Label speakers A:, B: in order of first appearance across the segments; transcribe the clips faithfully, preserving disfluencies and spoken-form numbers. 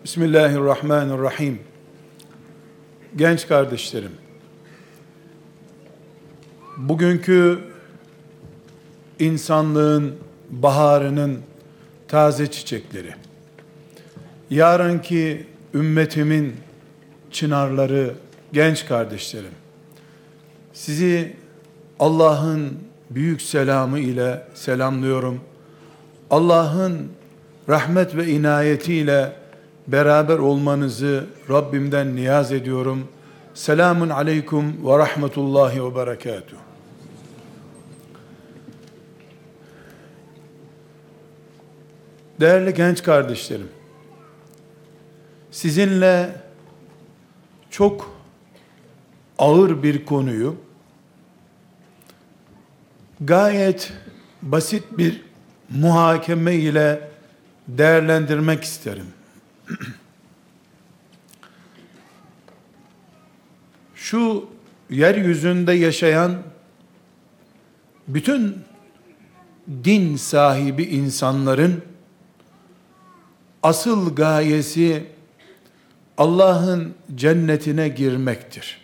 A: Bismillahirrahmanirrahim. Genç kardeşlerim, bugünkü insanlığın baharının taze çiçekleri, yarınki ümmetimin çınarları, genç kardeşlerim, sizi Allah'ın büyük selamı ile selamlıyorum. Allah'ın rahmet ve inayetiyle beraber olmanızı Rabbimden niyaz ediyorum. Selamun aleyküm ve rahmetullahi ve berekatuhu. Değerli genç kardeşlerim, sizinle çok ağır bir konuyu gayet basit bir muhakeme ile değerlendirmek isterim. Şu yeryüzünde yaşayan bütün din sahibi insanların asıl gayesi Allah'ın cennetine girmektir.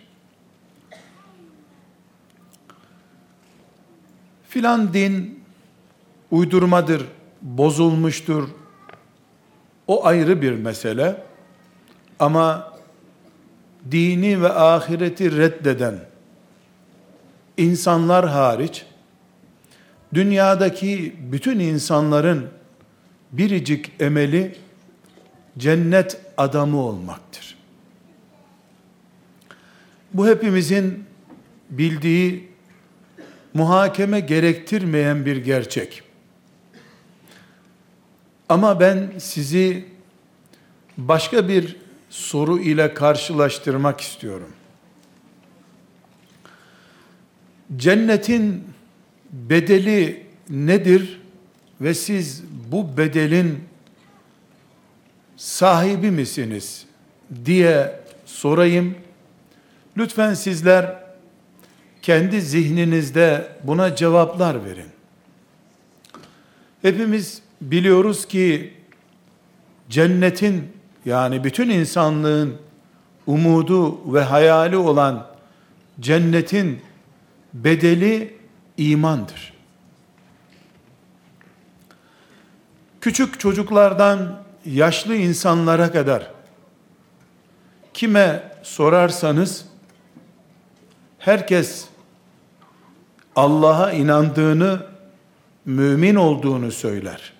A: Filan din uydurmadır, bozulmuştur. O ayrı bir mesele. Ama dini ve ahireti reddeden insanlar hariç, dünyadaki bütün insanların biricik emeli cennet adamı olmaktır. Bu hepimizin bildiği, muhakeme gerektirmeyen bir gerçek. Ama ben sizi başka bir soru ile karşılaştırmak istiyorum. Cennetin bedeli nedir ve siz bu bedelin sahibi misiniz diye sorayım. Lütfen sizler kendi zihninizde buna cevaplar verin. Hepimiz biliyoruz ki cennetin, yani bütün insanlığın umudu ve hayali olan cennetin bedeli imandır. Küçük çocuklardan yaşlı insanlara kadar kime sorarsanız herkes Allah'a inandığını, mümin olduğunu söyler.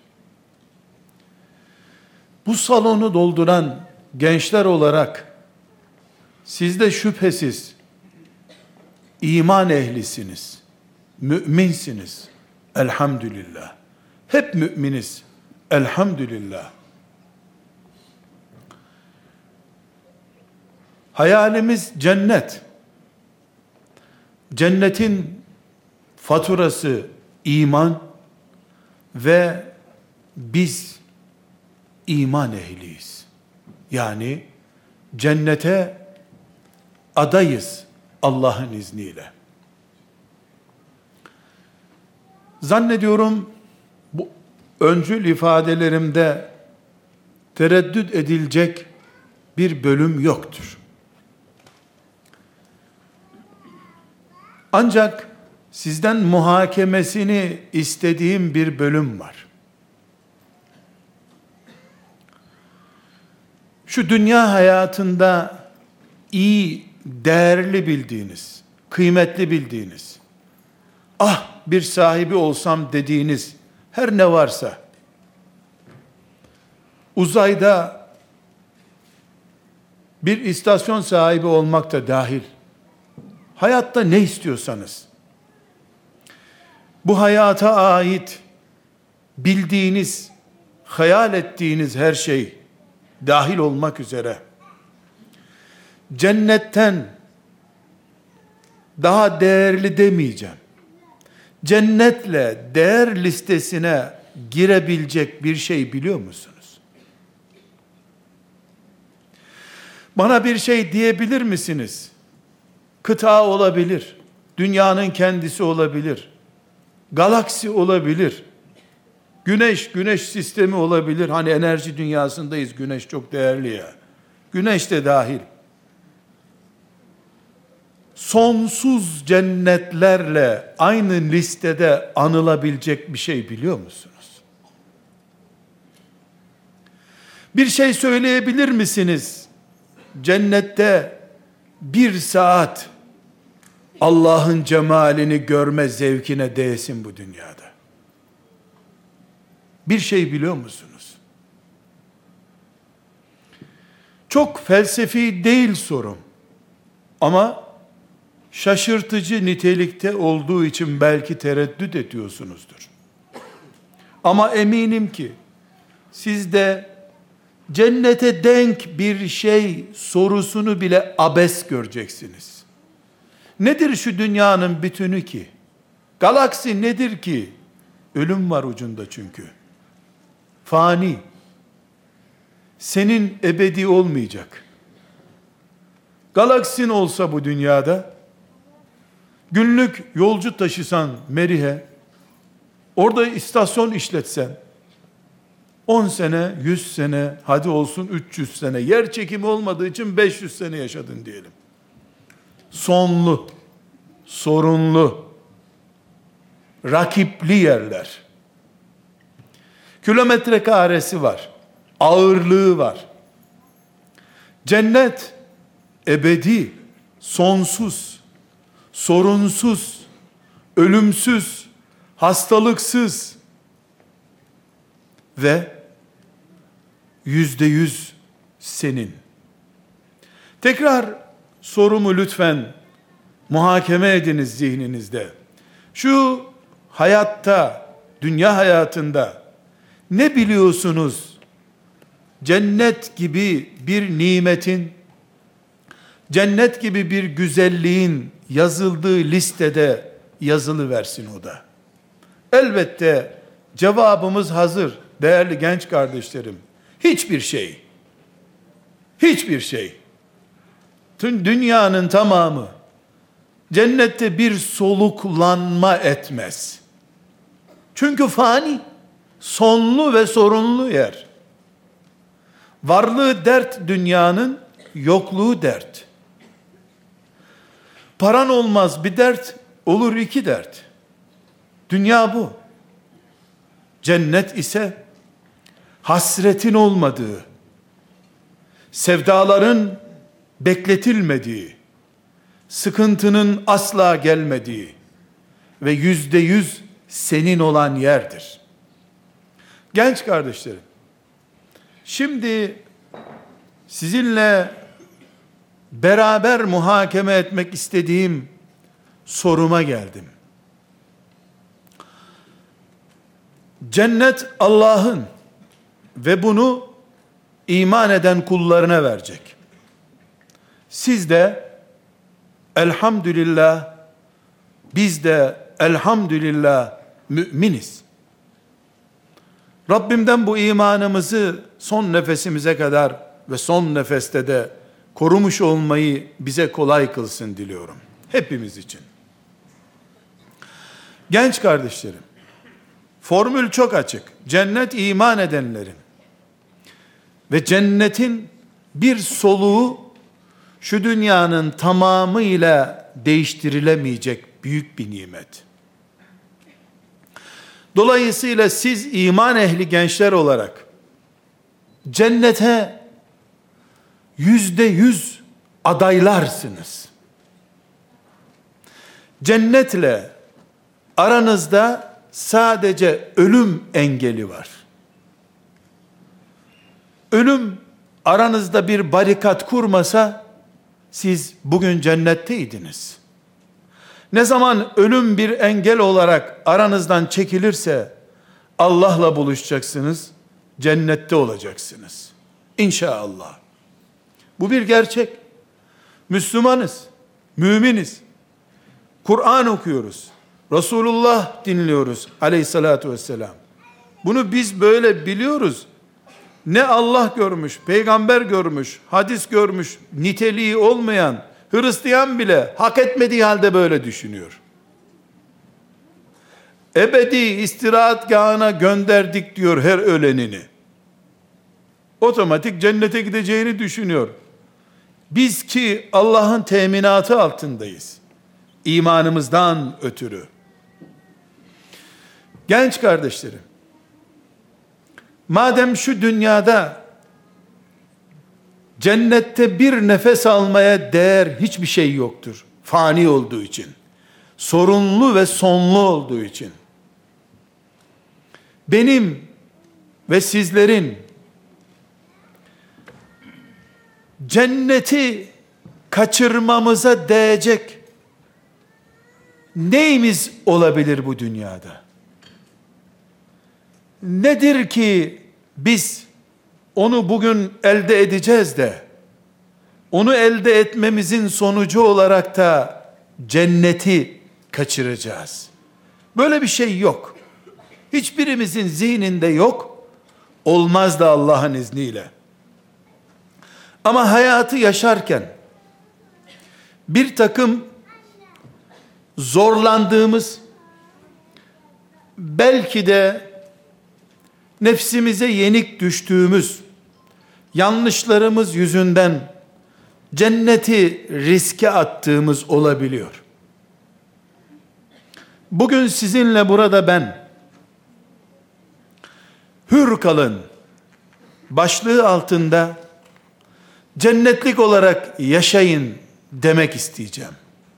A: Bu salonu dolduran gençler olarak siz de şüphesiz iman ehlisiniz, müminsiniz. Elhamdülillah. Hep müminiz. Elhamdülillah. Hayalimiz cennet. Cennetin faturası iman ve biz iman ehliyiz. Yani cennete adayız Allah'ın izniyle. Zannediyorum bu öncül ifadelerimde tereddüt edilecek bir bölüm yoktur. Ancak sizden muhakemesini istediğim bir bölüm var. Şu dünya hayatında iyi, değerli bildiğiniz, kıymetli bildiğiniz, ah bir sahibi olsam dediğiniz her ne varsa, uzayda bir istasyon sahibi olmak da dahil, hayatta ne istiyorsanız, bu hayata ait bildiğiniz, hayal ettiğiniz her şey dahil olmak üzere cennetten daha değerli demeyeceğim. Cennetle değer listesine girebilecek bir şey biliyor musunuz? Bana bir şey diyebilir misiniz? Kıta olabilir, dünyanın kendisi olabilir, galaksi olabilir. Güneş, güneş sistemi olabilir. Hani enerji dünyasındayız. Güneş çok değerli ya. Güneş de dahil. Sonsuz cennetlerle aynı listede anılabilecek bir şey biliyor musunuz? Bir şey söyleyebilir misiniz? Cennette bir saat Allah'ın cemalini görme zevkine değsin bu dünyada. Bir şey biliyor musunuz? Çok felsefi değil sorum. Ama şaşırtıcı nitelikte olduğu için belki tereddüt ediyorsunuzdur. Ama eminim ki siz de cennete denk bir şey sorusunu bile abes göreceksiniz. Nedir şu dünyanın bütünü ki? Galaksi nedir ki? Ölüm var ucunda çünkü. Fani. Senin ebedi olmayacak. Galaksin olsa bu dünyada, günlük yolcu taşısan Merih'e, orada istasyon işletsen, on sene, yüz sene, hadi olsun üç yüz sene, yer çekimi olmadığı için beş yüz sene yaşadın diyelim. Sonlu, sorunlu, rakipli yerler. Kilometre karesi var, ağırlığı var. Cennet, ebedi, sonsuz, sorunsuz, ölümsüz, hastalıksız ve yüzde yüz senin. Tekrar sorumu lütfen muhakeme ediniz zihninizde. Şu hayatta, dünya hayatında ne biliyorsunuz? Cennet gibi bir nimetin, cennet gibi bir güzelliğin yazıldığı listede yazılı versin o da. Elbette cevabımız hazır değerli genç kardeşlerim. Hiçbir şey, hiçbir şey, tüm dünyanın tamamı cennette bir soluklanma etmez. Çünkü fani, sonlu ve sorunlu yer. Varlığı dert dünyanın, yokluğu dert. Paran olmaz bir dert, olur iki dert. Dünya bu. Cennet ise hasretin olmadığı, sevdaların bekletilmediği, sıkıntının asla gelmediği ve yüzde yüz senin olan yerdir. Genç kardeşlerim, şimdi sizinle beraber muhakeme etmek istediğim soruma geldim. Cennet Allah'ın ve bunu iman eden kullarına verecek. Siz de elhamdülillah, biz de elhamdülillah müminiz. Rabbimden bu imanımızı son nefesimize kadar ve son nefeste de korumuş olmayı bize kolay kılsın diliyorum. Hepimiz için. Genç kardeşlerim, formül çok açık. Cennet iman edenlerin ve cennetin bir soluğu şu dünyanın tamamıyla değiştirilemeyecek büyük bir nimet. Dolayısıyla siz iman ehli gençler olarak cennete yüzde yüz adaylarsınız. Cennetle aranızda sadece ölüm engeli var. Ölüm aranızda bir barikat kurmasa siz bugün cennetteydiniz. Ne zaman ölüm bir engel olarak aranızdan çekilirse Allah'la buluşacaksınız, cennette olacaksınız. İnşallah. Bu bir gerçek. Müslümanız, müminiz. Kur'an okuyoruz. Resulullah dinliyoruz aleyhissalatu vesselam. Bunu biz böyle biliyoruz. Ne Allah görmüş, peygamber görmüş, hadis görmüş, niteliği olmayan Hristiyan bile hak etmediği halde böyle düşünüyor. ebedi istirahatgahına gönderdik diyor her ölenini. Otomatik cennete gideceğini düşünüyor. Biz ki Allah'ın teminatı altındayız. İmanımızdan ötürü. Genç kardeşlerim, madem şu dünyada cennette bir nefes almaya değer hiçbir şey yoktur, fani olduğu için, sorunlu ve sonlu olduğu için, benim ve sizlerin cenneti kaçırmamıza değecek neyimiz olabilir bu dünyada? Nedir ki biz onu bugün elde edeceğiz de, onu elde etmemizin sonucu olarak da cenneti kaçıracağız? Böyle bir şey yok. Hiçbirimizin zihninde yok. Olmaz da Allah'ın izniyle. Ama hayatı yaşarken bir takım zorlandığımız, belki de nefsimize yenik düştüğümüz yanlışlarımız yüzünden cenneti riske attığımız olabiliyor. Bugün sizinle burada ben hür kalın başlığı altında cennetlik olarak yaşayın demek isteyeceğim.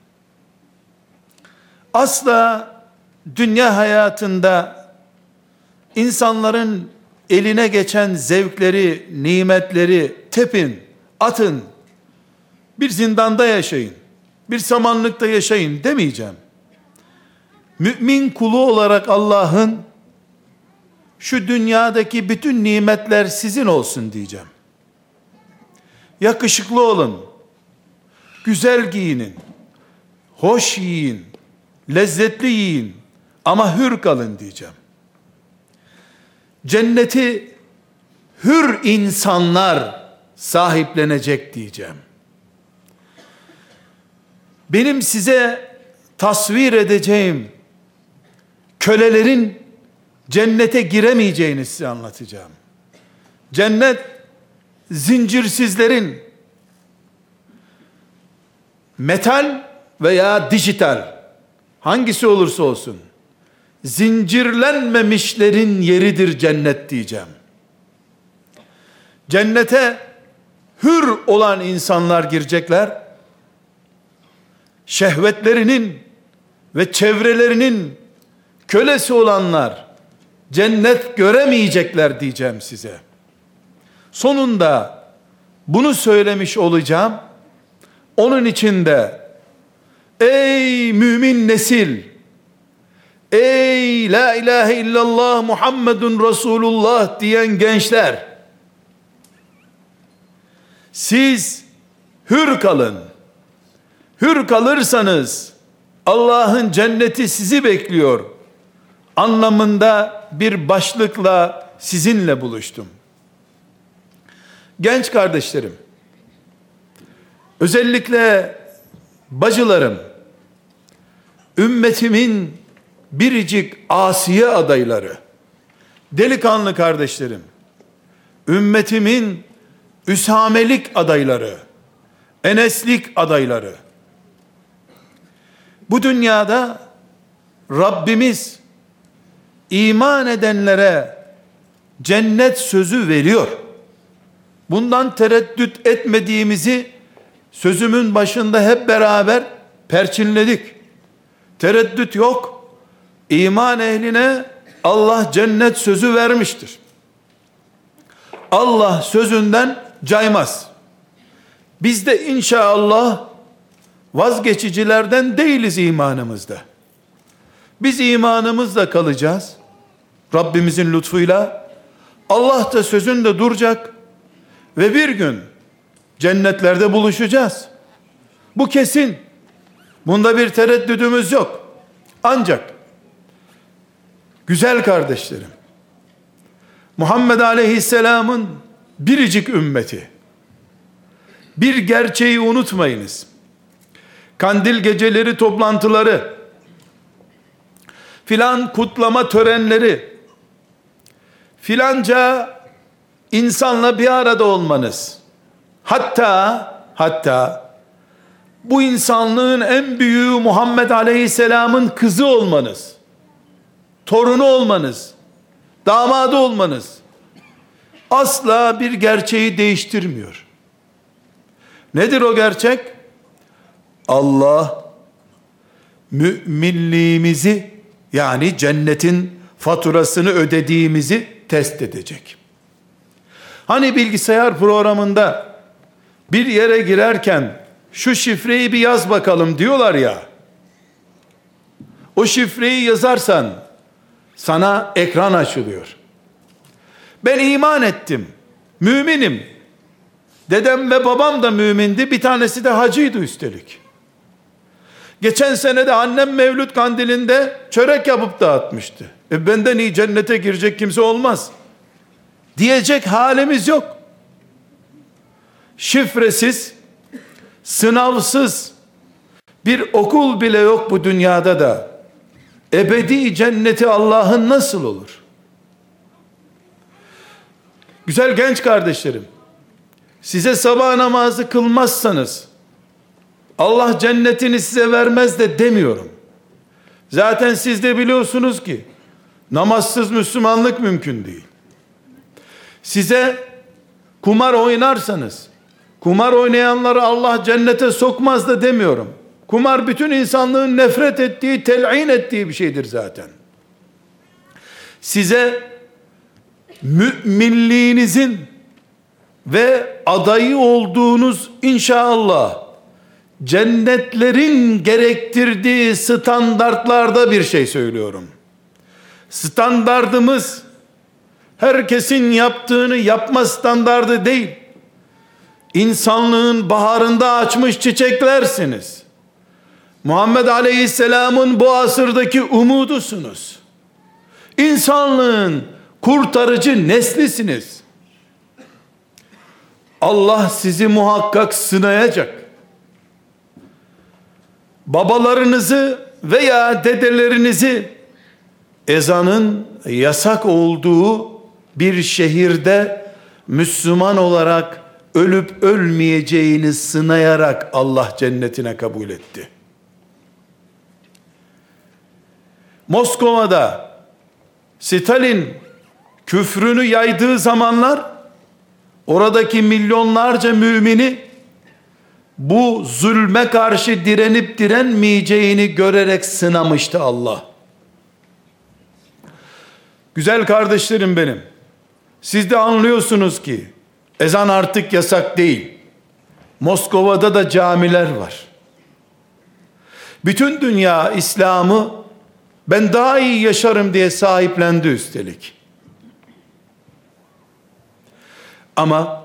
A: Asla dünya hayatında insanların eline geçen zevkleri, nimetleri tepin, atın, bir zindanda yaşayın, bir samanlıkta yaşayın demeyeceğim. Mümin kulu olarak Allah'ın şu dünyadaki bütün nimetler sizin olsun diyeceğim. Yakışıklı olun, güzel giyinin, hoş yiyin, lezzetli yiyin ama hür kalın diyeceğim. Cenneti hür insanlar sahiplenecek diyeceğim. Benim size tasvir edeceğim kölelerin cennete giremeyeceğini size anlatacağım. Cennet zincirsizlerin, metal veya dijital, hangisi olursa olsun, zincirlenmemişlerin yeridir cennet diyeceğim. Cennete hür olan insanlar girecekler. Şehvetlerinin ve çevrelerinin kölesi olanlar cennet göremeyecekler diyeceğim size. Sonunda bunu söylemiş olacağım. Onun için de ey mümin nesil, ey la ilahe illallah Muhammedun Resulullah diyen gençler, siz hür kalın. Hür kalırsanız Allah'ın cenneti sizi bekliyor anlamında bir başlıkla sizinle buluştum. Genç kardeşlerim, özellikle bacılarım, ümmetimin biricik asiye adayları, delikanlı kardeşlerim, ümmetimin üsamelik adayları, eneslik adayları, bu dünyada Rabbimiz iman edenlere cennet sözü veriyor. Bundan tereddüt etmediğimizi sözümün başında hep beraber perçinledik. Tereddüt yok. İman ehline Allah cennet sözü vermiştir. Allah sözünden caymaz. Biz de inşallah vazgeçicilerden değiliz imanımızda. Biz imanımızla kalacağız. Rabbimizin lütfuyla. Allah da sözünde duracak. Ve bir gün cennetlerde buluşacağız. Bu kesin. Bunda bir tereddüdümüz yok. Ancak güzel kardeşlerim, Muhammed Aleyhisselam'ın biricik ümmeti, bir gerçeği unutmayınız. Kandil geceleri toplantıları, filan kutlama törenleri, filanca insanla bir arada olmanız, hatta hatta bu insanlığın en büyüğü Muhammed Aleyhisselam'ın kızı olmanız, torunu olmanız, damadı olmanız asla bir gerçeği değiştirmiyor. Nedir o gerçek? Allah müminliğimizi, yani cennetin faturasını ödediğimizi test edecek. Hani bilgisayar programında bir yere girerken şu şifreyi bir yaz bakalım diyorlar ya, o şifreyi yazarsan sana ekran açılıyor. Ben iman ettim, müminim. Dedem ve babam da mümindi, bir tanesi de hacıydı üstelik. Geçen sene de annem Mevlüt Kandili'nde çörek yapıp dağıtmıştı. E benden iyi cennete girecek kimse olmaz diyecek halimiz yok. Şifresiz, sınavsız bir okul bile yok bu dünyada da ebedi cenneti Allah'ın nasıl olur? Güzel genç kardeşlerim, size sabah namazı kılmazsanız Allah cennetini size vermez de demiyorum. Zaten siz de biliyorsunuz ki namazsız Müslümanlık mümkün değil. Size kumar oynarsanız, kumar oynayanları Allah cennete sokmaz da demiyorum. Kumar bütün insanlığın nefret ettiği, tel'in ettiği bir şeydir zaten. Size müminliğinizin ve adayı olduğunuz inşallah cennetlerin gerektirdiği standartlarda bir şey söylüyorum. Standardımız herkesin yaptığını yapma standardı değil. İnsanlığın baharında açmış çiçeklersiniz. Muhammed Aleyhisselam'ın bu asırdaki umudusunuz. İnsanlığın kurtarıcı neslisiniz. Allah sizi muhakkak sınayacak. Babalarınızı veya dedelerinizi ezanın yasak olduğu bir şehirde Müslüman olarak ölüp ölmeyeceğini sınayarak Allah cennetine kabul etti. Moskova'da Stalin küfrünü yaydığı zamanlar oradaki milyonlarca mümini bu zulme karşı direnip direnmeyeceğini görerek sınamıştı Allah. Güzel kardeşlerim benim, siz de anlıyorsunuz ki ezan artık yasak değil. Moskova'da da camiler var. Bütün dünya İslam'ı ben daha iyi yaşarım diye sahiplendi üstelik. Ama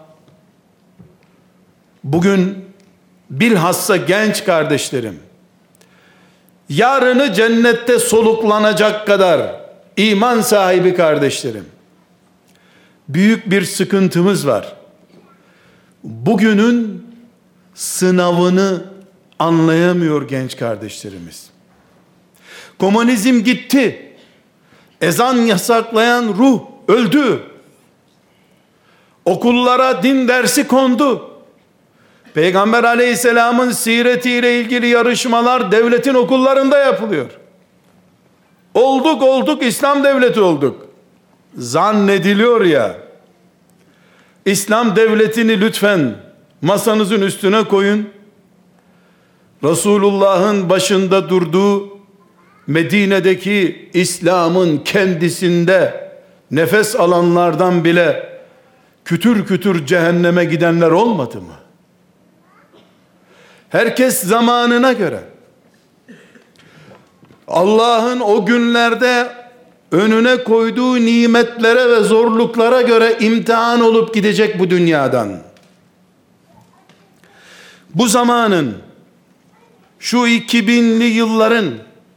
A: bugün bilhassa genç kardeşlerim, yarını cennette soluklanacak kadar iman sahibi kardeşlerim, büyük bir sıkıntımız var. Bugünün sınavını anlayamıyor genç kardeşlerimiz. Komünizm gitti. Ezan yasaklayan ruh öldü. Okullara din dersi kondu. Peygamber Aleyhisselam'ın siretiyle ilgili yarışmalar devletin okullarında yapılıyor. Olduk olduk İslam devleti olduk. Zannediliyor ya. İslam devletini lütfen masanızın üstüne koyun. Resulullah'ın başında durduğu Medine'deki İslam'ın kendisinde nefes alanlardan bile kütür kütür cehenneme gidenler olmadı mı? Herkes zamanına göre, Allah'ın o günlerde önüne koyduğu nimetlere ve zorluklara göre imtihan olup gidecek bu dünyadan. Bu zamanın, şu iki binli yılların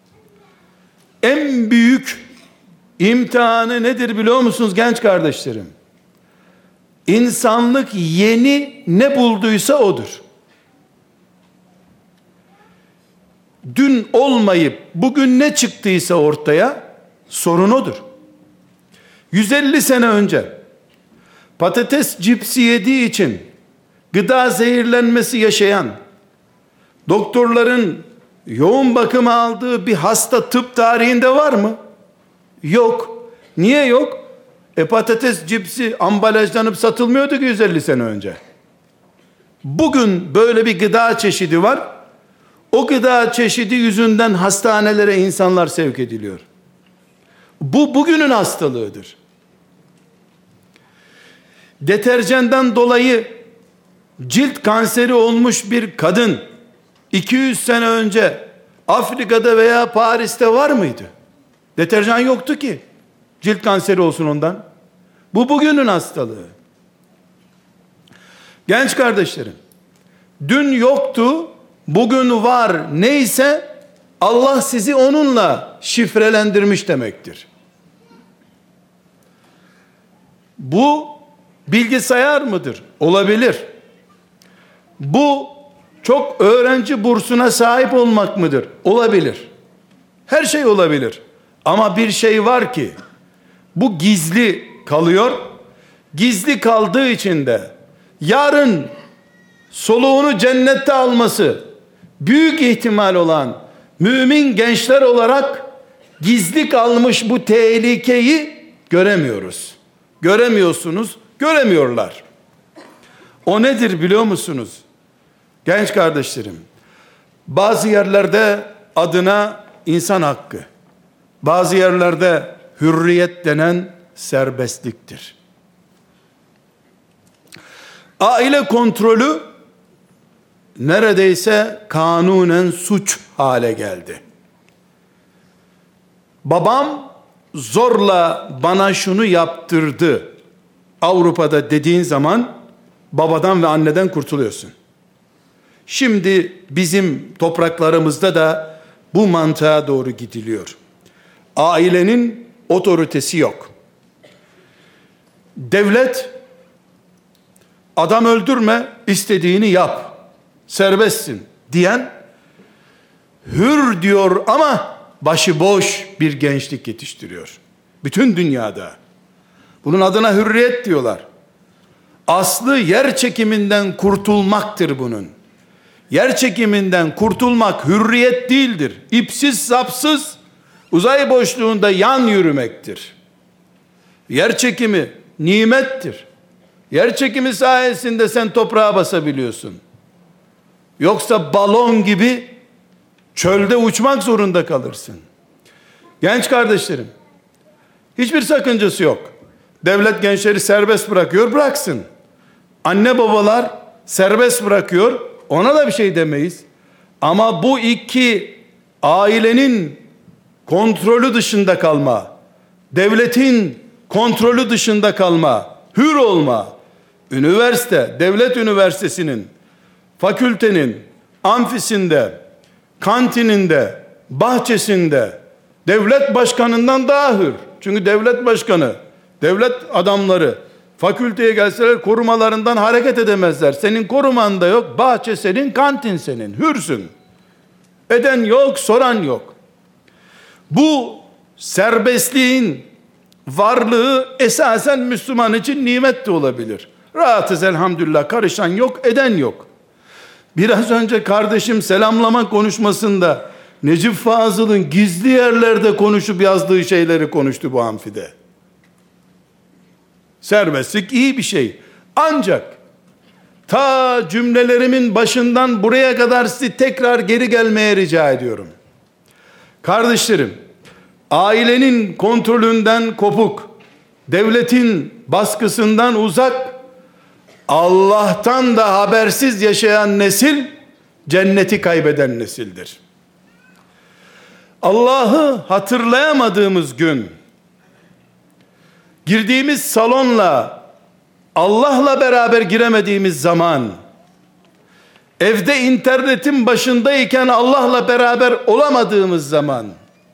A: en büyük imtihanı nedir biliyor musunuz genç kardeşlerim? İnsanlık yeni ne bulduysa odur. dün olmayıp bugün ne çıktıysa ortaya, sorun odur. yüz elli sene önce patates cipsi yediği için gıda zehirlenmesi yaşayan, doktorların yoğun bakıma aldığı bir hasta tıp tarihinde var mı? Yok. Niye yok? E patates cipsi ambalajlanıp satılmıyordu ki yüz elli sene önce. Bugün böyle bir gıda çeşidi var. O gıda çeşidi yüzünden hastanelere insanlar sevk ediliyor. Bu bugünün hastalığıdır. Deterjandan dolayı cilt kanseri olmuş bir kadın iki yüz sene önce Afrika'da veya Paris'te var mıydı? Deterjan yoktu ki cilt kanseri olsun ondan. Bu bugünün hastalığı. Genç kardeşlerim, dün yoktu, bugün var. Neyse Allah sizi onunla şifrelendirmiş demektir. Bu bilgisayar mıdır? Olabilir. Bu çok öğrenci bursuna sahip olmak mıdır? Olabilir. Her şey olabilir. Ama bir şey var ki bu gizli kalıyor. Gizli kaldığı için de yarın soluğunu cennette alması büyük ihtimal olan mümin gençler olarak gizli kalmış bu tehlikeyi göremiyoruz. Göremiyorsunuz, göremiyorlar. O nedir biliyor musunuz? Genç kardeşlerim, bazı yerlerde adına insan hakkı, bazı yerlerde hürriyet denen serbestliktir. Aile kontrolü neredeyse kanunen suç hale geldi. Babam zorla bana şunu yaptırdı Avrupa'da dediğin zaman babadan ve anneden kurtuluyorsun. Şimdi bizim topraklarımızda da bu mantığa doğru gidiliyor. Ailenin otoritesi yok. Devlet, adam öldürme, istediğini yap, serbestsin diyen, hür diyor ama başıboş bir gençlik yetiştiriyor. Bütün dünyada. Bunun adına hürriyet diyorlar. Aslı yer çekiminden kurtulmaktır bunun. Yer çekiminden kurtulmak hürriyet değildir. İpsiz sapsız uzay boşluğunda yan yürümektir. Yer çekimi nimettir. Yer çekimi sayesinde sen toprağa basabiliyorsun. Yoksa balon gibi çölde uçmak zorunda kalırsın. Genç kardeşlerim, hiçbir sakıncası yok. Devlet gençleri serbest bırakıyor, bıraksın. Anne babalar serbest bırakıyor, ona da bir şey demeyiz. Ama bu iki ailenin kontrolü dışında kalma, devletin kontrolü dışında kalma, hür olma, üniversite, devlet üniversitesinin, fakültenin, amfisinde, kantininde, bahçesinde, devlet başkanından daha hür. Çünkü devlet başkanı, devlet adamları fakülteye gelseler korumalarından hareket edemezler. Senin koruman da yok, bahçe senin, kantin senin, hürsün. Eden yok, soran yok. Bu serbestliğin varlığı esasen Müslüman için nimet de olabilir. Rahatız elhamdülillah, karışan yok, eden yok. Biraz önce kardeşim selamlama konuşmasında Necip Fazıl'ın gizli yerlerde konuşup yazdığı şeyleri konuştu bu amfide. Serbestlik iyi bir şey. Ancak ta cümlelerimin başından buraya kadar sizi tekrar geri gelmeye rica ediyorum. Kardeşlerim, ailenin kontrolünden kopuk, devletin baskısından uzak, Allah'tan da habersiz yaşayan nesil, cenneti kaybeden nesildir. Allah'ı hatırlayamadığımız gün, girdiğimiz salonla, Allah'la beraber giremediğimiz zaman, evde internetin başındayken Allah'la beraber olamadığımız zaman,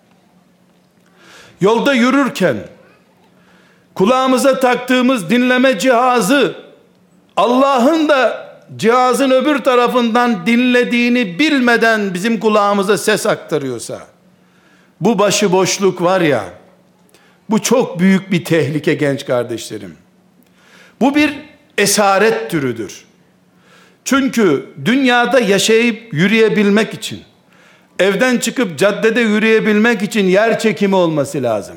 A: yolda yürürken, kulağımıza taktığımız dinleme cihazı, Allah'ın da cihazın öbür tarafından dinlediğini bilmeden bizim kulağımıza ses aktarıyorsa, bu başıboşluk var ya, bu çok büyük bir tehlike genç kardeşlerim. Bu bir esaret türüdür. Çünkü dünyada yaşayıp yürüyebilmek için, evden çıkıp caddede yürüyebilmek için yer çekimi olması lazım.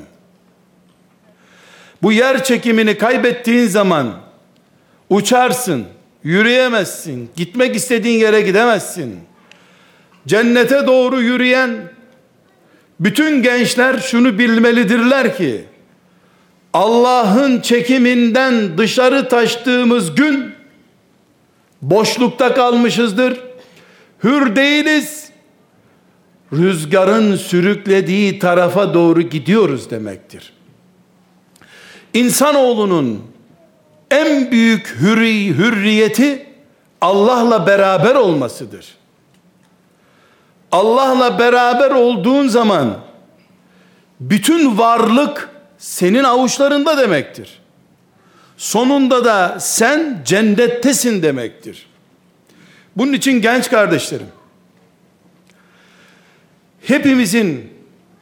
A: Bu yer çekimini kaybettiğin zaman uçarsın, yürüyemezsin, gitmek istediğin yere gidemezsin. Cennete doğru yürüyen bütün gençler şunu bilmelidirler ki, Allah'ın çekiminden dışarı taştığımız gün boşlukta kalmışızdır. Hür değiliz. Rüzgarın sürüklediği tarafa doğru gidiyoruz demektir. İnsanoğlunun en büyük hürri, hürriyeti Allah'la beraber olmasıdır. Allah'la beraber olduğun zaman bütün varlık senin avuçlarında demektir. Sonunda da sen cennettesin demektir. Bunun için genç kardeşlerim, hepimizin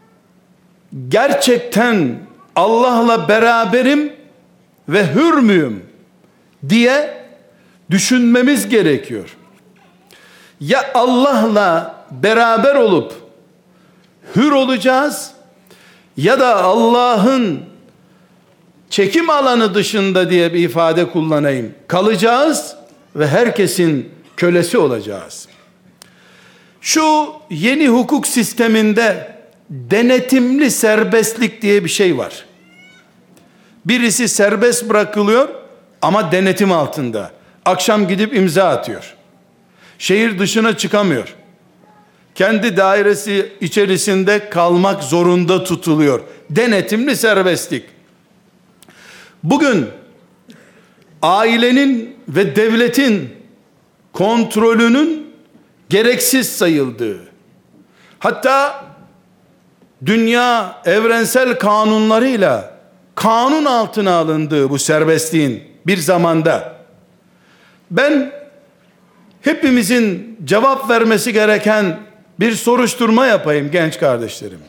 A: gerçekten Allah'la beraberim ve hür müyüm diye düşünmemiz gerekiyor. Ya Allah'la beraber olup hür olacağız, ya da Allah'ın çekim alanı dışında diye bir ifade kullanayım, kalacağız ve herkesin kölesi olacağız. Şu yeni hukuk sisteminde denetimli serbestlik diye bir şey var. Birisi serbest bırakılıyor ama denetim altında. Akşam gidip imza atıyor. Şehir dışına çıkamıyor. Kendi dairesi içerisinde kalmak zorunda tutuluyor. Denetimli serbestlik. Bugün ailenin ve devletin kontrolünün gereksiz sayıldığı, hatta dünya evrensel kanunlarıyla kanun altına alındığı bu serbestliğin bir zamanda, ben hepimizin cevap vermesi gereken bir soruşturma yapayım genç kardeşlerim.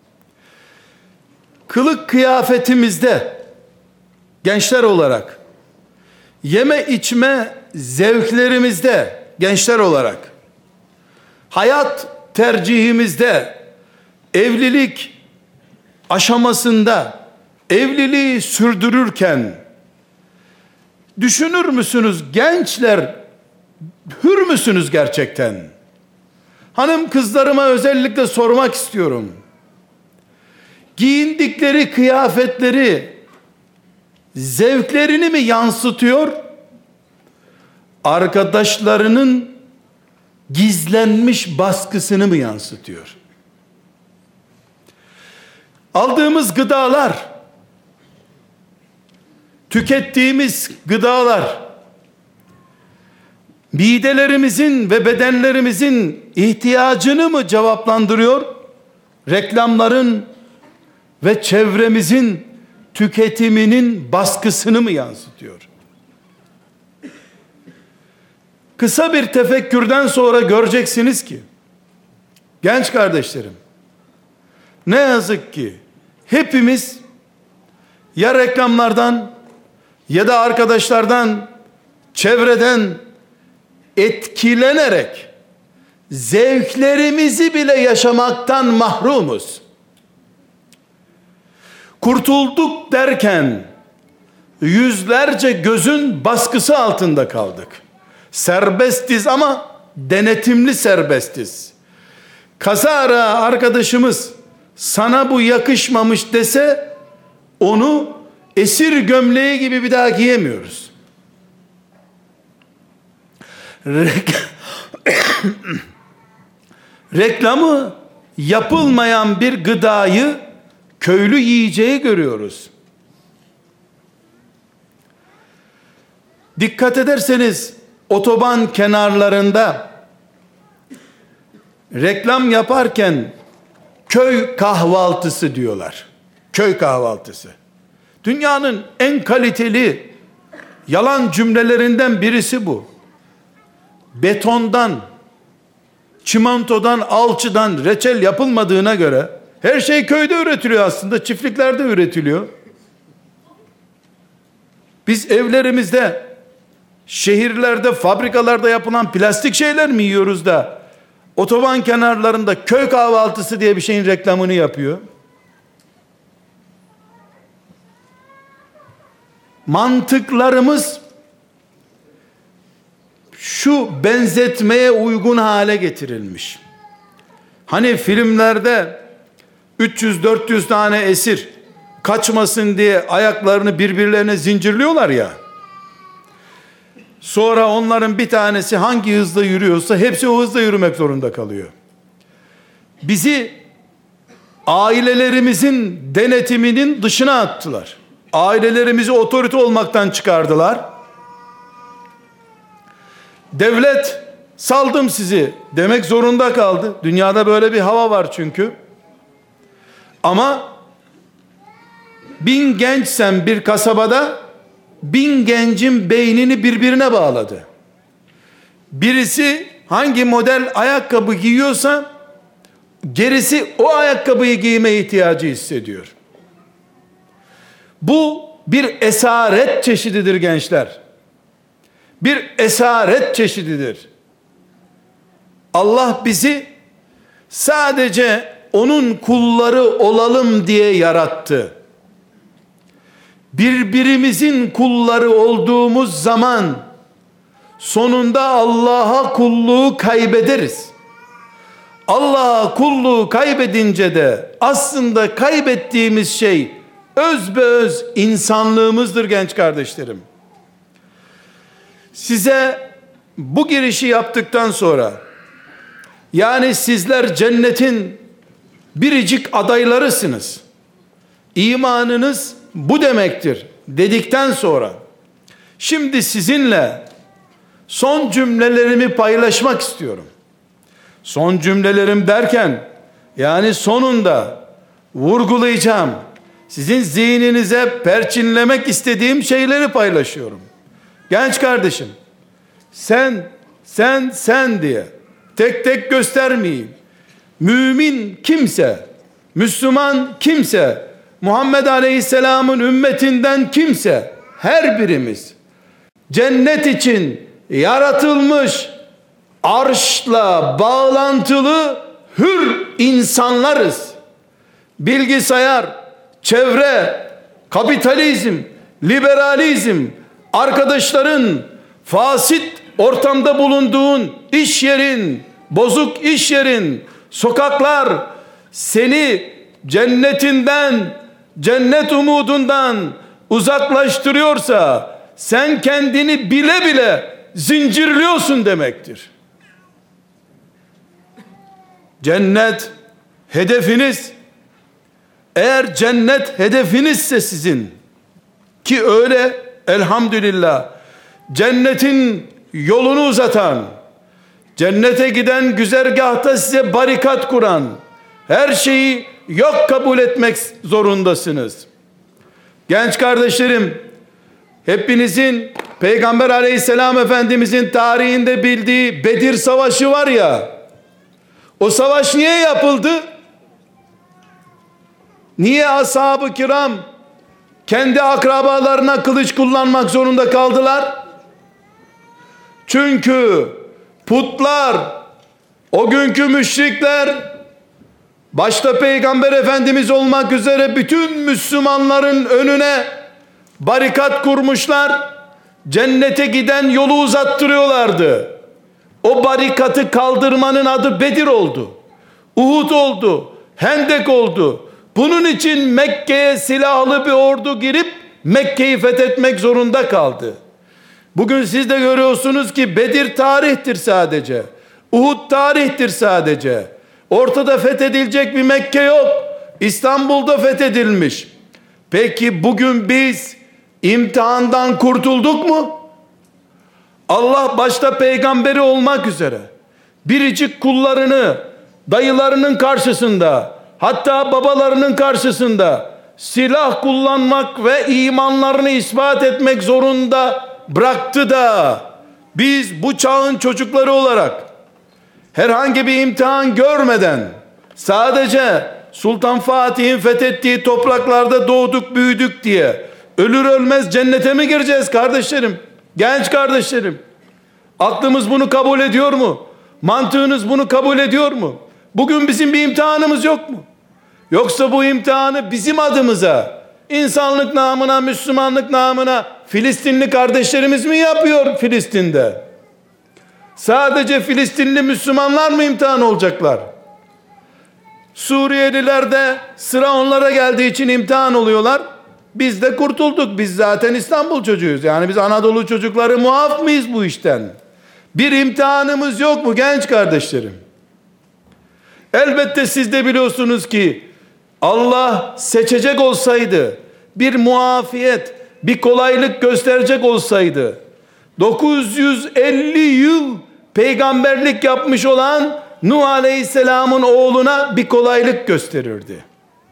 A: Kılık kıyafetimizde gençler olarak, yeme içme zevklerimizde gençler olarak, hayat tercihimizde, evlilik aşamasında evliliği sürdürürken düşünür müsünüz gençler, hür müsünüz gerçekten? Hanım kızlarıma özellikle sormak istiyorum. Giyindikleri kıyafetleri zevklerini mi yansıtıyor? Arkadaşlarının gizlenmiş baskısını mı yansıtıyor? Aldığımız gıdalar, tükettiğimiz gıdalar, midelerimizin ve bedenlerimizin ihtiyacını mı cevaplandırıyor? Reklamların ve çevremizin tüketiminin baskısını mı yansıtıyor? Kısa bir tefekkürden sonra göreceksiniz ki, genç kardeşlerim, ne yazık ki hepimiz ya reklamlardan ya da arkadaşlardan, çevreden etkilenerek zevklerimizi bile yaşamaktan mahrumuz. Kurtulduk derken yüzlerce gözün baskısı altında kaldık. Serbestiz ama denetimli serbestiz. Kazara arkadaşımız sana bu yakışmamış dese, onu esir gömleği gibi bir daha giyemiyoruz. Rek- Reklamı yapılmayan bir gıdayı köylü yiyeceği görüyoruz. Dikkat ederseniz otoban kenarlarında reklam yaparken köy kahvaltısı diyorlar. Köy kahvaltısı. Dünyanın en kaliteli yalan cümlelerinden birisi bu. betondan, çimentodan, alçıdan reçel yapılmadığına göre her şey köyde üretiliyor aslında, çiftliklerde üretiliyor. Biz evlerimizde, şehirlerde, fabrikalarda yapılan plastik şeyler mi yiyoruz da otoban kenarlarında köy kahvaltısı diye bir şeyin reklamını yapıyor? Mantıklarımız şu benzetmeye uygun hale getirilmiş. Hani filmlerde üç yüz dört yüz tane esir kaçmasın diye ayaklarını birbirlerine zincirliyorlar ya. Sonra onların bir tanesi hangi hızla yürüyorsa hepsi o hızla yürümek zorunda kalıyor. Bizi ailelerimizin denetiminin dışına attılar. Ailelerimizi otorite olmaktan çıkardılar. Devlet saldım sizi demek zorunda kaldı. Dünyada böyle bir hava var çünkü. Ama bin gençsen bir kasabada bin gencin beynini birbirine bağladı. Birisi hangi model ayakkabı giyiyorsa gerisi o ayakkabıyı giyme ihtiyacı hissediyor. Bu bir esaret çeşididir gençler. Bir esaret çeşididir. Allah bizi sadece onun kulları olalım diye yarattı. Birbirimizin kulları olduğumuz zaman sonunda Allah'a kulluğu kaybederiz. Allah'a kulluğu kaybedince de aslında kaybettiğimiz şey özbeöz insanlığımızdır genç kardeşlerim. Size bu girişi yaptıktan sonra, yani sizler cennetin biricik adaylarısınız, İmanınız bu demektir dedikten sonra, şimdi sizinle son cümlelerimi paylaşmak istiyorum. Son cümlelerim derken, yani sonunda vurgulayacağım, sizin zihninize perçinlemek istediğim şeyleri paylaşıyorum. Genç kardeşim, sen, sen, sen diye tek tek göstermeyeyim. Mümin kimse, Müslüman kimse, Muhammed Aleyhisselam'ın ümmetinden kimse, her birimiz cennet için yaratılmış, arşla bağlantılı hür insanlarız. Bilgisayar, çevre, kapitalizm, liberalizm, arkadaşların, fasit ortamda bulunduğun iş yerin, bozuk iş yerin, sokaklar seni cennetinden, cennet umudundan uzaklaştırıyorsa, sen kendini bile bile zincirliyorsun demektir. Cennet hedefiniz, eğer cennet hedefinizse sizin, ki öyle elhamdülillah, cennetin yolunu uzatan, cennete giden güzergahta size barikat kuran, her şeyi yok kabul etmek zorundasınız. Genç kardeşlerim, hepinizin Peygamber Aleyhisselam Efendimizin tarihinde bildiği Bedir Savaşı var ya, o savaş niye yapıldı? Niye ashab-ı kiram kendi akrabalarına kılıç kullanmak zorunda kaldılar? Çünkü putlar, o günkü müşrikler, başta Peygamber Efendimiz olmak üzere bütün Müslümanların önüne barikat kurmuşlar, cennete giden yolu uzattırıyorlardı. O barikatı kaldırmanın adı Bedir oldu, Uhud oldu, Hendek oldu. Bunun için Mekke'ye silahlı bir ordu girip Mekke'yi fethetmek zorunda kaldı. Bugün siz de görüyorsunuz ki Bedir tarihtir sadece, Uhud tarihtir sadece. Ortada fethedilecek bir Mekke yok. İstanbul'da fethedilmiş. Peki bugün biz imtihandan kurtulduk mu? Allah başta peygamberi olmak üzere biricik kullarını dayılarının karşısında, hatta babalarının karşısında silah kullanmak ve imanlarını ispat etmek zorunda bıraktı da Biz bu çağın çocukları olarak herhangi bir imtihan görmeden sadece Sultan Fatih'in fethettiği topraklarda doğduk büyüdük diye ölür ölmez cennete mi gireceğiz kardeşlerim? Genç kardeşlerim, aklımız bunu kabul ediyor mu? Mantığınız bunu kabul ediyor mu? Bugün bizim bir imtihanımız yok mu? Yoksa bu imtihanı bizim adımıza, insanlık namına, Müslümanlık namına Filistinli kardeşlerimiz mi yapıyor Filistin'de? Sadece Filistinli Müslümanlar mı imtihan olacaklar? Suriyeliler de sıra onlara geldiği için imtihan oluyorlar. Biz de kurtulduk. Biz zaten İstanbul çocuğuyuz. Yani biz Anadolu çocukları muaf mıyız bu işten? Bir imtihanımız yok mu genç kardeşlerim? Elbette siz de biliyorsunuz ki Allah seçecek olsaydı, bir muafiyet, bir kolaylık gösterecek olsaydı, dokuz yüz elli yıl peygamberlik yapmış olan Nuh Aleyhisselam'ın oğluna bir kolaylık gösterirdi.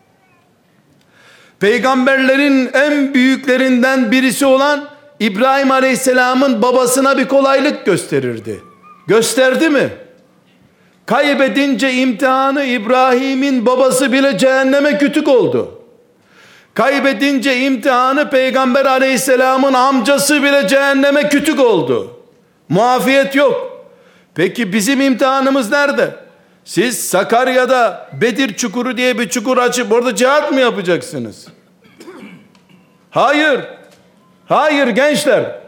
A: Peygamberlerin en büyüklerinden birisi olan İbrahim Aleyhisselam'ın babasına bir kolaylık gösterirdi. Gösterdi mi? Kaybedince imtihanı İbrahim'in babası bile cehenneme kütük oldu. Kaybedince imtihanı Peygamber Aleyhisselam'ın amcası bile cehenneme kütük oldu. Muafiyet yok. Peki bizim imtihanımız nerede? Siz Sakarya'da Bedir Çukuru diye bir çukur açıp orada cihat mı yapacaksınız? Hayır. Hayır gençler.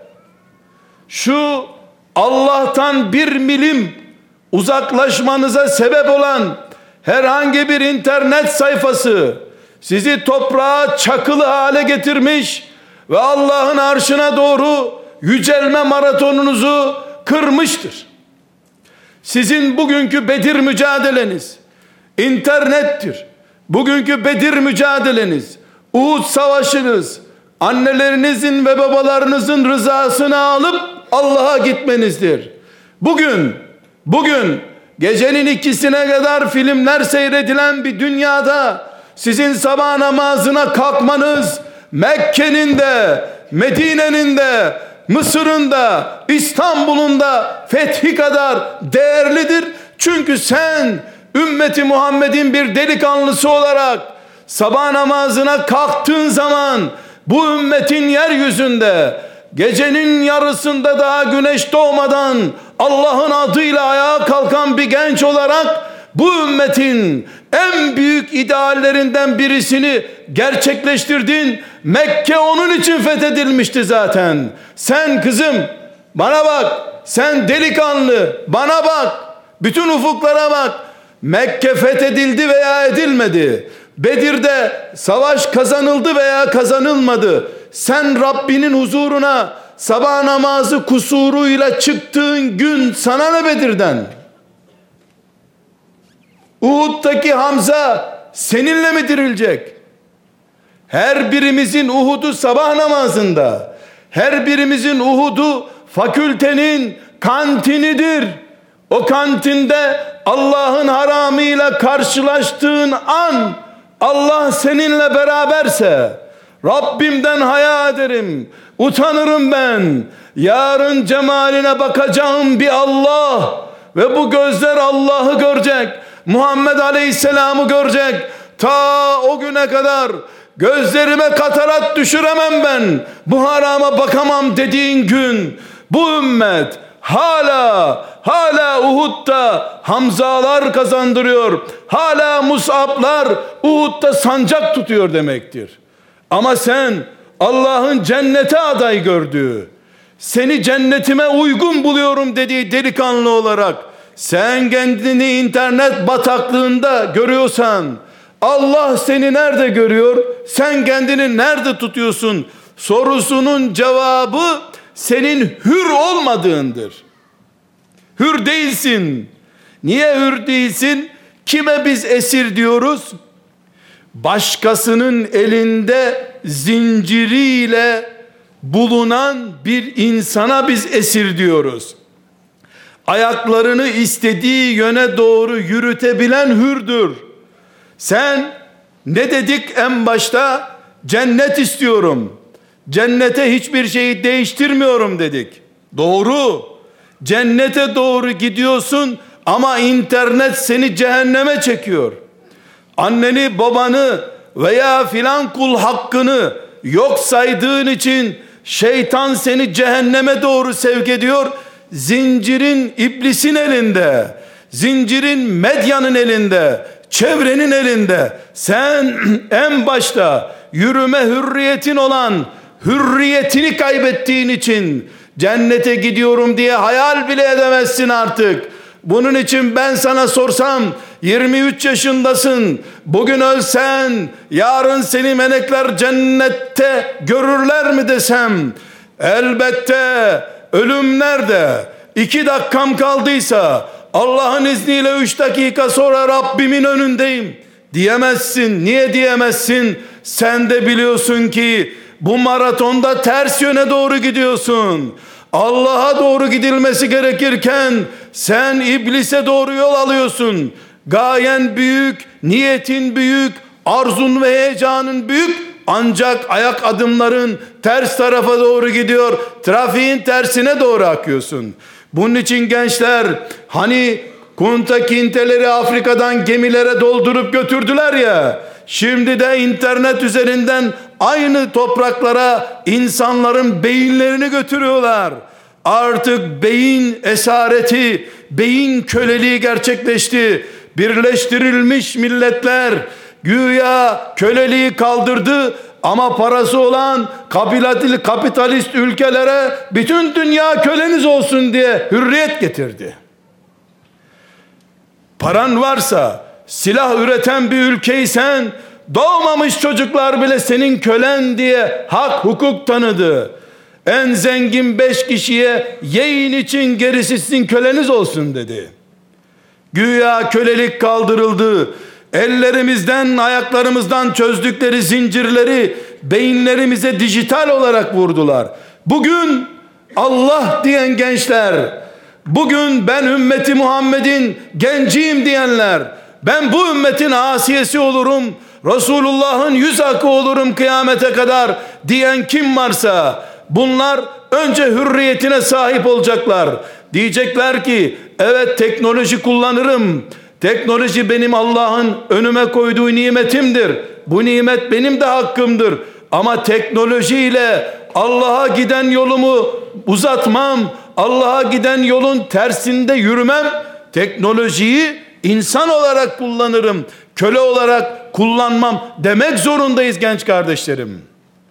A: Şu Allah'tan bir milim uzaklaşmanıza sebep olan herhangi bir internet sayfası sizi toprağa çakılı hale getirmiş ve Allah'ın arşına doğru yücelme maratonunuzu kırmıştır. Sizin bugünkü Bedir mücadeleniz internettir. Bugünkü Bedir mücadeleniz, Uhud savaşınız, annelerinizin ve babalarınızın rızasını alıp Allah'a gitmenizdir. Bugün, bugün gecenin ikisine kadar filmler seyredilen bir dünyada sizin sabah namazına kalkmanız Mekke'nin de, Medine'nin de, Mısır'ın da, İstanbul'un da fethi kadar değerlidir. Çünkü sen ümmeti Muhammed'in bir delikanlısı olarak sabah namazına kalktığın zaman bu ümmetin yeryüzünde gecenin yarısında daha güneş doğmadan Allah'ın adıyla ayağa kalkan bir genç olarak bu ümmetin en büyük ideallerinden birisini gerçekleştirdin. Mekke onun için fethedilmişti zaten. Sen kızım bana bak, sen delikanlı bana bak, bütün ufuklara bak. Mekke fethedildi veya edilmedi. Bedir'de savaş kazanıldı veya kazanılmadı. Sen Rabbinin huzuruna sabah namazı kusuruyla çıktığın gün sana ne Bedir'den? Uhud'daki Hamza seninle mi dirilecek? Her birimizin Uhud'u sabah namazında. Her birimizin Uhud'u fakültenin kantinidir. O kantinde Allah'ın haramıyla karşılaştığın an Allah seninle beraberse Rabbimden haya ederim, utanırım ben. Yarın cemaline bakacağım bir Allah ve bu gözler Allah'ı görecek, Muhammed Aleyhisselam'ı görecek. Ta o güne kadar gözlerime katarat düşüremem ben, bu harama bakamam dediğin gün bu ümmet hala hala Uhud'da Hamzalar kazandırıyor, hala Mus'ablar Uhud'da sancak tutuyor demektir. Ama sen Allah'ın cennete aday gördüğü, seni cennetime uygun buluyorum dediği delikanlı olarak sen kendini internet bataklığında görüyorsan Allah seni nerede görüyor? Sen kendini nerede tutuyorsun? Sorusunun cevabı senin hür olmadığındır. Hür değilsin. Niye hür değilsin? Kime biz esir diyoruz? Başkasının elinde zinciriyle bulunan bir insana biz esir diyoruz. Ayaklarını istediği yöne doğru yürütebilen hürdür. Sen ne dedik en başta? Cennet istiyorum. Cennete hiçbir şeyi değiştirmiyorum dedik. Doğru. Cennete doğru gidiyorsun ama internet seni cehenneme çekiyor. Anneni, babanı veya filan kul hakkını yok saydığın için şeytan seni cehenneme doğru sevk ediyor. Zincirin iblisin elinde, zincirin medyanın elinde, çevrenin elinde. Sen en başta yürüme hürriyetin olan hürriyetini kaybettiğin için cennete gidiyorum diye hayal bile edemezsin artık. Bunun için ben sana sorsam, yirmi üç yaşındasın, bugün ölsen yarın seni melekler cennette görürler mi desem, elbette. Ölüm nerede? İki dakikam kaldıysa Allah'ın izniyle üç dakika sonra Rabbimin önündeyim diyemezsin. Niye diyemezsin? Sen de biliyorsun ki bu maratonda ters yöne doğru gidiyorsun. Allah'a doğru gidilmesi gerekirken sen iblise doğru yol alıyorsun. Gayen büyük, niyetin büyük, arzun ve heyecanın büyük. Ancak ayak adımların ters tarafa doğru gidiyor. Trafiğin tersine doğru akıyorsun. Bunun için gençler, hani kunta kinteleri Afrika'dan gemilere doldurup götürdüler ya, şimdi de internet üzerinden aynı topraklara insanların beyinlerini götürüyorlar. Artık beyin esareti, beyin köleliği gerçekleşti. Birleştirilmiş Milletler güya köleliği kaldırdı ama parası olan kapitalist ülkelere bütün dünya köleniz olsun diye hürriyet getirdi. Paran varsa, silah üreten bir ülkeysen, doğmamış çocuklar bile senin kölen diye hak hukuk tanıdı. En zengin beş kişiye yiyin için gerisi sizin köleniz olsun dedi. Güya kölelik kaldırıldı. Ellerimizden, ayaklarımızdan çözdükleri zincirleri beyinlerimize dijital olarak vurdular. Bugün Allah diyen gençler, bugün ben ümmeti Muhammed'in genciyim diyenler, ben bu ümmetin asiyesi olurum, Resulullah'ın yüz akı olurum kıyamete kadar diyen kim varsa, bunlar önce hürriyetine sahip olacaklar. Diyecekler ki evet, teknoloji kullanırım. Teknoloji benim Allah'ın önüme koyduğu nimetimdir. Bu nimet benim de hakkımdır. Ama teknolojiyle Allah'a giden yolumu uzatmam. Allah'a giden yolun tersinde yürümem. Teknolojiyi insan olarak kullanırım. Köle olarak kullanmam demek zorundayız genç kardeşlerim.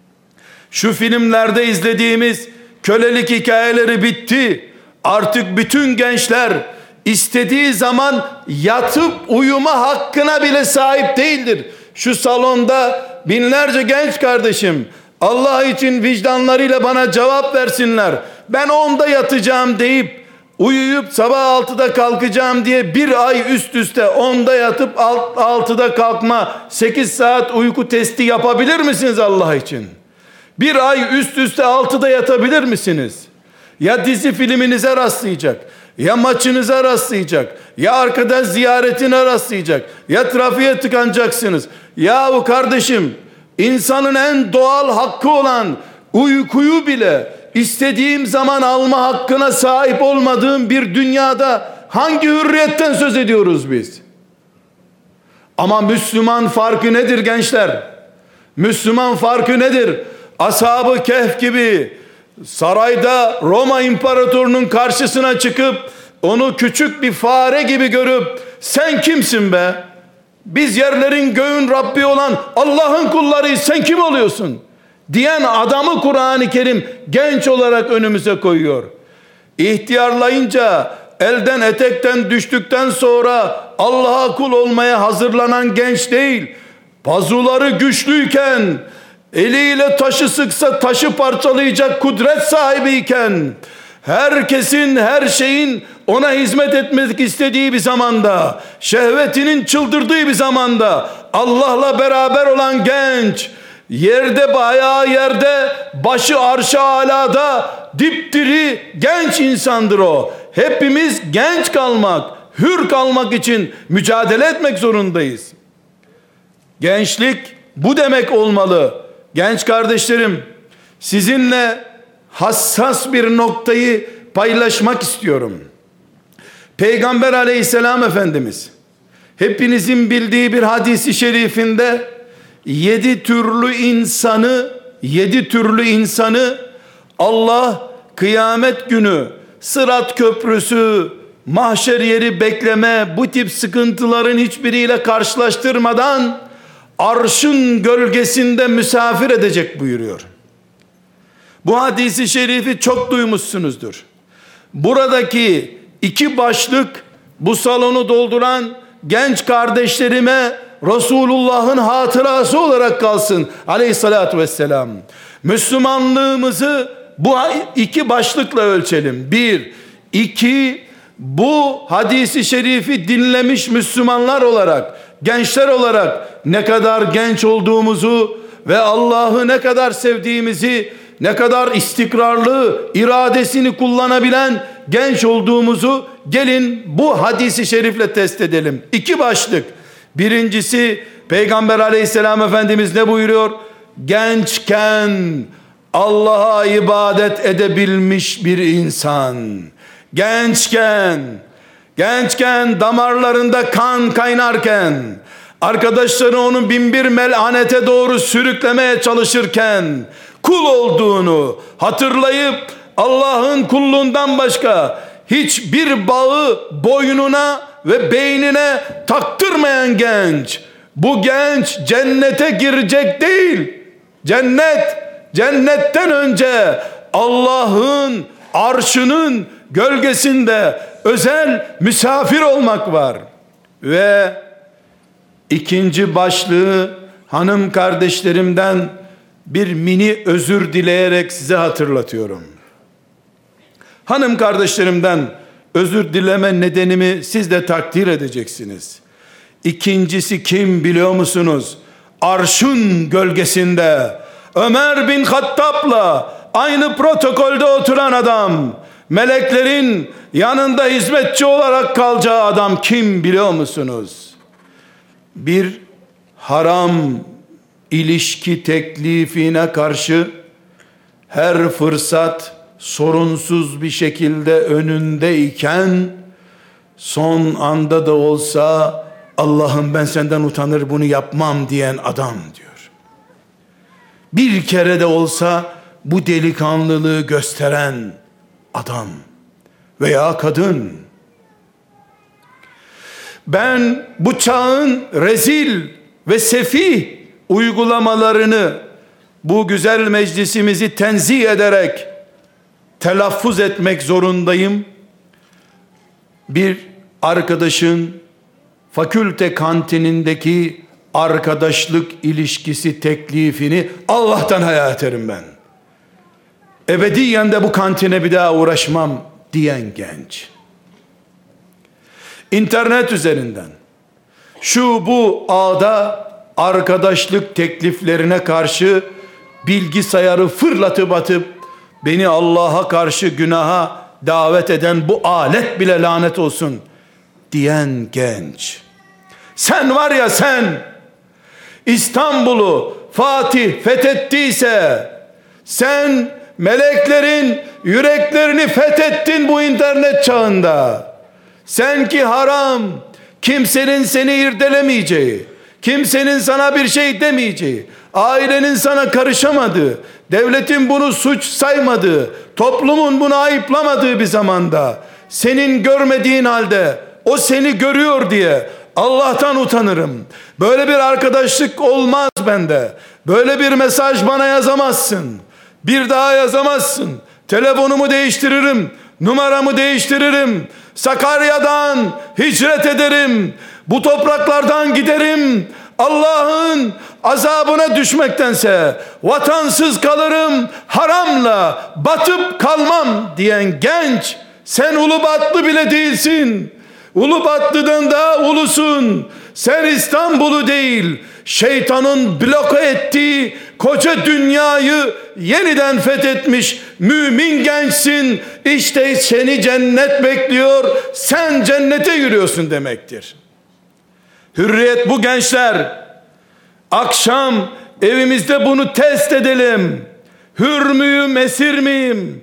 A: Şu filmlerde izlediğimiz kölelik hikayeleri bitti. Artık bütün gençler istediği zaman yatıp uyuma hakkına bile sahip değildir. Şu salonda binlerce genç kardeşim Allah için vicdanlarıyla bana cevap versinler. Ben onda yatacağım deyip uyuyup sabah altıda kalkacağım diye bir ay üst üste onda yatıp altıda kalkma, sekiz saat uyku testi yapabilir misiniz Allah için? Bir ay üst üste altıda yatabilir misiniz? Ya dizi filminize rastlayacak, ya maçınıza rastlayacak, ya arkadaş ziyaretine rastlayacak, ya trafiğe tıkanacaksınız. Yahu kardeşim, insanın en doğal hakkı olan uykuyu bile istediğim zaman alma hakkına sahip olmadığım bir dünyada hangi hürriyetten söz ediyoruz biz? Ama Müslüman farkı nedir gençler? Müslüman farkı nedir? Ashab-ı Kehf gibi sarayda Roma imparatorunun karşısına çıkıp onu küçük bir fare gibi görüp sen kimsin be? Biz yerlerin göğün Rabbi olan Allah'ın kullarıyız, sen kim oluyorsun? Diyen adamı Kur'an-ı Kerim genç olarak önümüze koyuyor. İhtiyarlayınca, elden etekten düştükten sonra Allah'a kul olmaya hazırlanan genç değil, pazuları güçlüyken, eliyle taşı sıksa taşı parçalayacak kudret sahibiyken, herkesin, her şeyin ona hizmet etmek istediği bir zamanda, şehvetinin çıldırdığı bir zamanda Allah'la beraber olan genç, yerde bayağı yerde, başı arş-ı alada, dipdiri genç insandır o. Hepimiz genç kalmak, hür kalmak için mücadele etmek zorundayız. Gençlik bu demek olmalı. Genç kardeşlerim, sizinle hassas bir noktayı paylaşmak istiyorum. Peygamber aleyhisselam Efendimiz hepinizin bildiği bir hadisi şerifinde yedi türlü insanı yedi türlü insanı Allah kıyamet günü Sırat Köprüsü, mahşer yeri bekleme, bu tip sıkıntıların hiçbiriyle karşılaştırmadan arşın gölgesinde misafir edecek buyuruyor. Bu hadisi şerifi çok duymuşsunuzdur. Buradaki iki başlık bu salonu dolduran genç kardeşlerime Resulullah'ın hatırası olarak kalsın aleyhissalatü vesselam. Müslümanlığımızı bu iki başlıkla ölçelim. Bir, iki, bu hadisi şerifi dinlemiş Müslümanlar olarak, gençler olarak ne kadar genç olduğumuzu ve Allah'ı ne kadar sevdiğimizi, ne kadar istikrarlı, iradesini kullanabilen genç olduğumuzu gelin bu hadisi şerifle test edelim. İki başlık. Birincisi, Peygamber aleyhisselam Efendimiz ne buyuruyor? Gençken Allah'a ibadet edebilmiş bir insan, gençken, gençken damarlarında kan kaynarken, arkadaşları onu binbir melhanete doğru sürüklemeye çalışırken, kul olduğunu hatırlayıp Allah'ın kulluğundan başka hiçbir bağı boynuna ve beynine taktırmayan genç, bu genç cennete girecek değil, cennet, cennetten önce Allah'ın arşının gölgesinde özel misafir olmak var. Ve ikinci başlığı hanım kardeşlerimden bir mini özür dileyerek size hatırlatıyorum. Hanım kardeşlerimden özür dileme nedenimi siz de takdir edeceksiniz. İkincisi kim biliyor musunuz? Arşın gölgesinde Ömer bin Hattab'la aynı protokolde oturan adam, meleklerin yanında hizmetçi olarak kalacağı adam kim biliyor musunuz? Bir haram ilişki teklifine karşı her fırsat sorunsuz bir şekilde önündeyken son anda da olsa Allah'ım ben senden utanır bunu yapmam diyen adam diyor. Bir kere de olsa bu delikanlılığı gösteren adam veya kadın. Ben bu çağın rezil ve sefih uygulamalarını bu güzel meclisimizi tenzih ederek telaffuz etmek zorundayım. Bir arkadaşın fakülte kantinindeki arkadaşlık ilişkisi teklifini Allah'tan hayal ederim ben. Ebediyen de bu kantine bir daha uğraşmam diyen genç. İnternet üzerinden şu bu ağda arkadaşlık tekliflerine karşı bilgisayarı fırlatıp atıp beni Allah'a karşı günaha davet eden bu alet bile lanet olsun diyen genç. Sen var ya sen, İstanbul'u Fatih fethettiyse, sen meleklerin yüreklerini fethettin bu internet çağında. Sen ki haram, kimsenin seni irdelemeyeceği, kimsenin sana bir şey demeyeceği, ailenin sana karışamadığı, devletin bunu suç saymadığı, toplumun bunu ayıplamadığı bir zamanda, senin görmediğin halde o seni görüyor diye Allah'tan utanırım. Böyle bir arkadaşlık olmaz bende. Böyle bir mesaj bana yazamazsın. Bir daha yazamazsın. Telefonumu değiştiririm. Numaramı değiştiririm. Sakarya'dan hicret ederim. Bu topraklardan giderim. Allah'ın azabına düşmektense vatansız kalırım, haramla batıp kalmam diyen genç, sen Ulubatlı bile değilsin. Ulubatlı'dan daha ulusun. Sen İstanbul'u değil, şeytanın bloke ettiği koca dünyayı yeniden fethetmiş mümin gençsin. İşte seni cennet bekliyor. Sen cennete yürüyorsun demektir. Hürriyet bu gençler. Akşam evimizde bunu test edelim. Hür müyüm, esir miyim?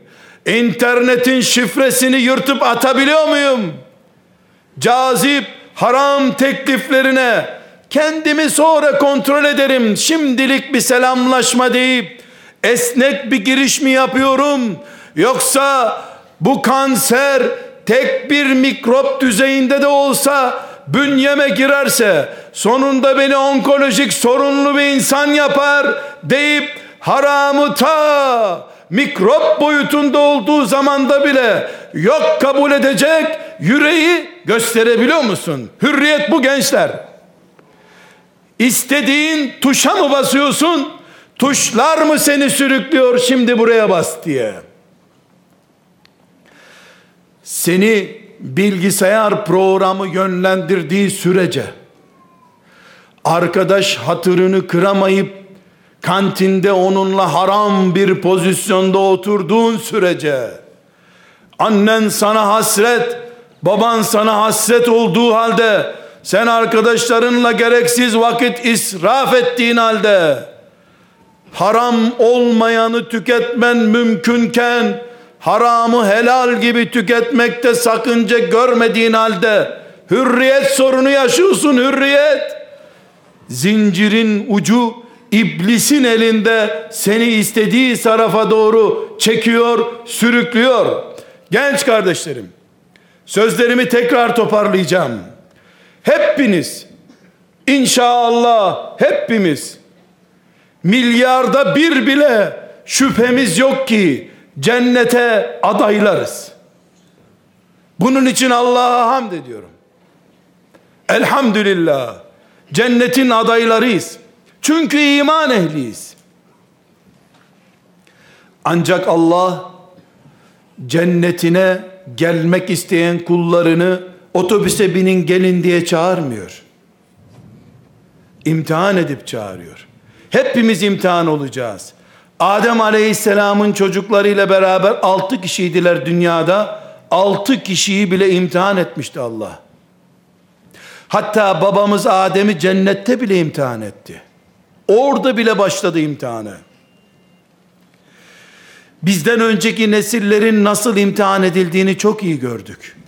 A: İnternetin şifresini yırtıp atabiliyor muyum? Cazip haram tekliflerine kendimi sonra kontrol ederim, şimdilik bir selamlaşma deyip esnek bir giriş mi yapıyorum? Yoksa bu kanser tek bir mikrop düzeyinde de olsa bünyeme girerse sonunda beni onkolojik sorunlu bir insan yapar deyip haramı ta mikrop boyutunda olduğu zamanda bile yok kabul edecek yüreği gösterebiliyor musun? Hürriyet bu gençler. İstediğin tuşa mı basıyorsun? Tuşlar mı seni sürüklüyor şimdi buraya bas diye? Seni bilgisayar programı yönlendirdiği sürece, arkadaş hatırını kıramayıp kantinde onunla haram bir pozisyonda oturduğun sürece, annen sana hasret, baban sana hasret olduğu halde, sen arkadaşlarınla gereksiz vakit israf ettiğin halde, haram olmayanı tüketmen mümkünken, haramı helal gibi tüketmekte sakınca görmediğin halde, hürriyet sorunu yaşıyorsun, hürriyet. Zincirin ucu iblisin elinde, seni istediği tarafa doğru çekiyor, sürüklüyor. Genç kardeşlerim, sözlerimi tekrar toparlayacağım. Hepiniz, inşallah hepimiz, milyarda bir bile şüphemiz yok ki cennete adaylarız. Bunun için Allah'a hamd ediyorum. Elhamdülillah. Cennetin adaylarıyız. Çünkü iman ehliyiz. Ancak Allah cennetine gelmek isteyen kullarını otobüse binin gelin diye çağırmıyor. İmtihan edip çağırıyor. Hepimiz imtihan olacağız. Adem Aleyhisselam'ın çocuklarıyla beraber altı kişiydiler dünyada. Altı kişiyi bile imtihan etmişti Allah. Hatta babamız Adem'i cennette bile imtihan etti. Orada bile başladı imtihanı. Bizden önceki nesillerin nasıl imtihan edildiğini çok iyi gördük.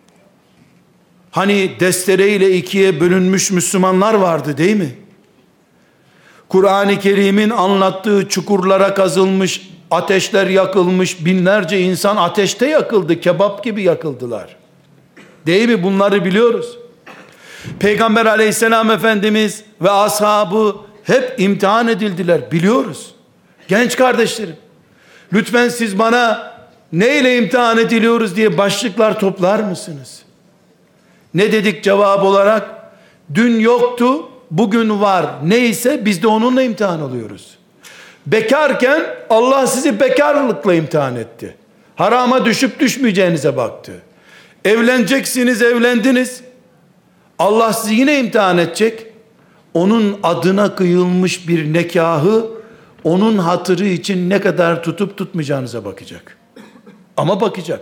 A: Hani destereyle ikiye bölünmüş Müslümanlar vardı değil mi? Kur'an-ı Kerim'in anlattığı çukurlara kazılmış, ateşler yakılmış, binlerce insan ateşte yakıldı, kebap gibi yakıldılar. Değil mi? Bunları biliyoruz. Peygamber aleyhisselam Efendimiz ve ashabı hep imtihan edildiler, biliyoruz. Genç kardeşlerim, lütfen siz bana neyle imtihan ediliyoruz diye başlıklar toplar mısınız? Ne dedik cevap olarak? Dün yoktu, bugün var. Neyse biz de onunla imtihan oluyoruz. Bekarken Allah sizi bekarlıkla imtihan etti. Harama düşüp düşmeyeceğinize baktı. Evleneceksiniz, evlendiniz. Allah sizi yine imtihan edecek. Onun adına kıyılmış bir nikahı onun hatırı için ne kadar tutup tutmayacağınıza bakacak. Ama bakacak.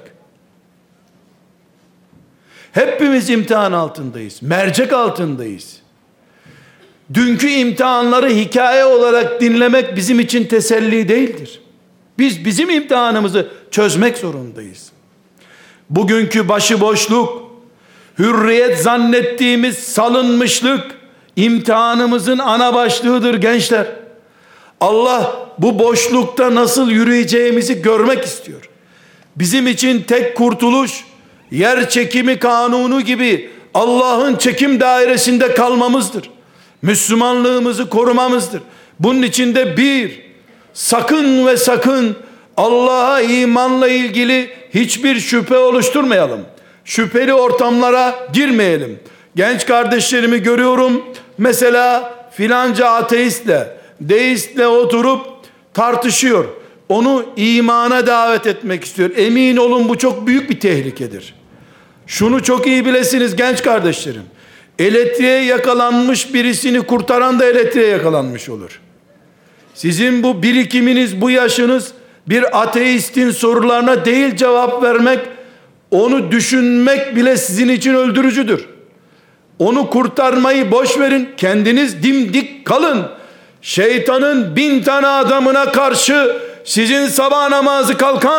A: Hepimiz imtihan altındayız. Mercek altındayız. Dünkü imtihanları hikaye olarak dinlemek bizim için teselli değildir. Biz bizim imtihanımızı çözmek zorundayız. Bugünkü başıboşluk, hürriyet zannettiğimiz salınmışlık imtihanımızın ana başlığıdır gençler. Allah bu boşlukta nasıl yürüyeceğimizi görmek istiyor. Bizim için tek kurtuluş yer çekimi kanunu gibi Allah'ın çekim dairesinde kalmamızdır. Müslümanlığımızı korumamızdır. Bunun için de bir, sakın ve sakın Allah'a imanla ilgili hiçbir şüphe oluşturmayalım. Şüpheli ortamlara girmeyelim. Genç kardeşlerimi görüyorum. Mesela filanca ateistle, deistle oturup tartışıyor. Onu imana davet etmek istiyor. Emin olun bu çok büyük bir tehlikedir. Şunu çok iyi bilesiniz genç kardeşlerim. Elektriğe yakalanmış birisini kurtaran da elektriğe yakalanmış olur. Sizin bu birikiminiz, bu yaşınız bir ateistin sorularına değil cevap vermek, onu düşünmek bile sizin için öldürücüdür. Onu kurtarmayı boş verin, kendiniz dimdik kalın. Şeytanın bin tane adamına karşı sizin sabah namazı kalkan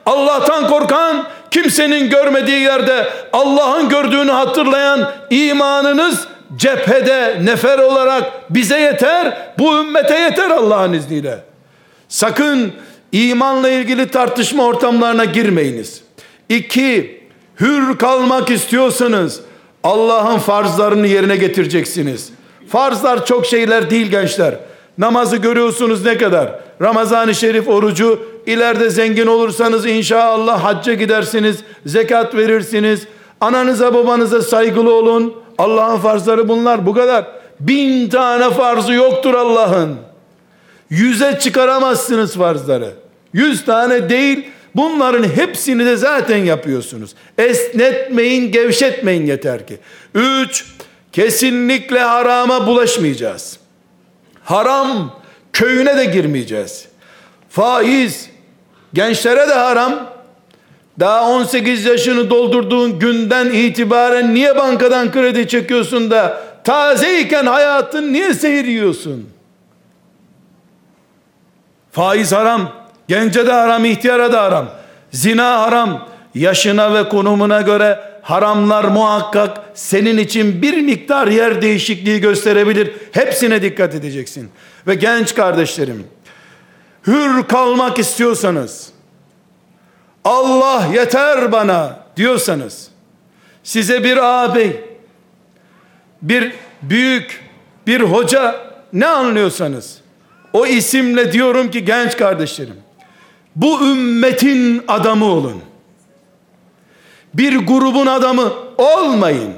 A: Allah'tan korkan, kimsenin görmediği yerde Allah'ın gördüğünü hatırlayan imanınız cephede nefer olarak bize yeter, bu ümmete yeter Allah'ın izniyle. Sakın imanla ilgili tartışma ortamlarına girmeyiniz. İki, hür kalmak istiyorsanız Allah'ın farzlarını yerine getireceksiniz. Farzlar çok şeyler değil gençler. Namazı görüyorsunuz ne kadar. Ramazan-ı Şerif orucu, ileride zengin olursanız inşallah hacca gidersiniz, zekat verirsiniz. Ananıza babanıza saygılı olun. Allah'ın farzları bunlar, bu kadar. Bin tane farzı yoktur Allah'ın. Yüze çıkaramazsınız farzları. Yüz tane değil, bunların hepsini de zaten yapıyorsunuz. Esnetmeyin, gevşetmeyin yeter ki. Üç, kesinlikle harama bulaşmayacağız. Haram köyüne de girmeyeceğiz. Faiz gençlere de haram. Daha on sekiz yaşını doldurduğun günden itibaren niye bankadan kredi çekiyorsun da tazeyken hayatın niye seyir yiyorsun? Faiz haram, gence de haram, ihtiyara da haram. Zina haram. Yaşına ve konumuna göre haramlar muhakkak senin için bir miktar yer değişikliği gösterebilir. Hepsine dikkat edeceksin. Ve genç kardeşlerim, hür kalmak istiyorsanız, Allah yeter bana diyorsanız, size bir ağabey, bir büyük, bir hoca, ne anlıyorsanız o isimle diyorum ki genç kardeşlerim, bu ümmetin adamı olun. Bir grubun adamı olmayın.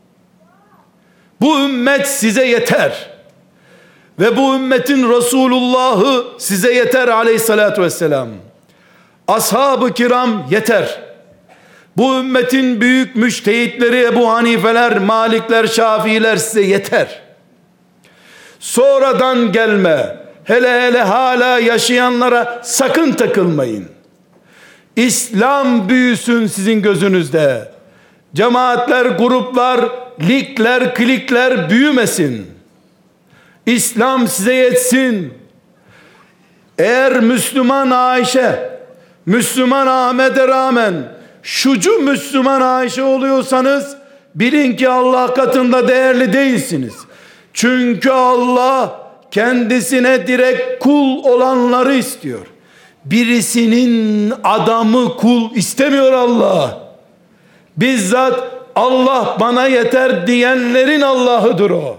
A: Bu ümmet size yeter. Ve bu ümmetin Resulullah'ı size yeter aleyhissalatü vesselam. Ashab-ı kiram yeter. Bu ümmetin büyük müştehitleri Ebu Hanifeler, Malikler, Şafiiler size yeter. Sonradan gelme, hele hele hala yaşayanlara sakın takılmayın. İslam büyüsün sizin gözünüzde. Cemaatler, gruplar, ligler, klikler büyümesin. İslam size yetsin. Eğer Müslüman Ayşe, Müslüman Ahmet'e rağmen şucu Müslüman Ayşe oluyorsanız bilin ki Allah katında değerli değilsiniz. Çünkü Allah kendisine direkt kul olanları istiyor. Birisinin adamı kul istemiyor Allah. Bizzat Allah bana yeter diyenlerin Allah'ıdır o.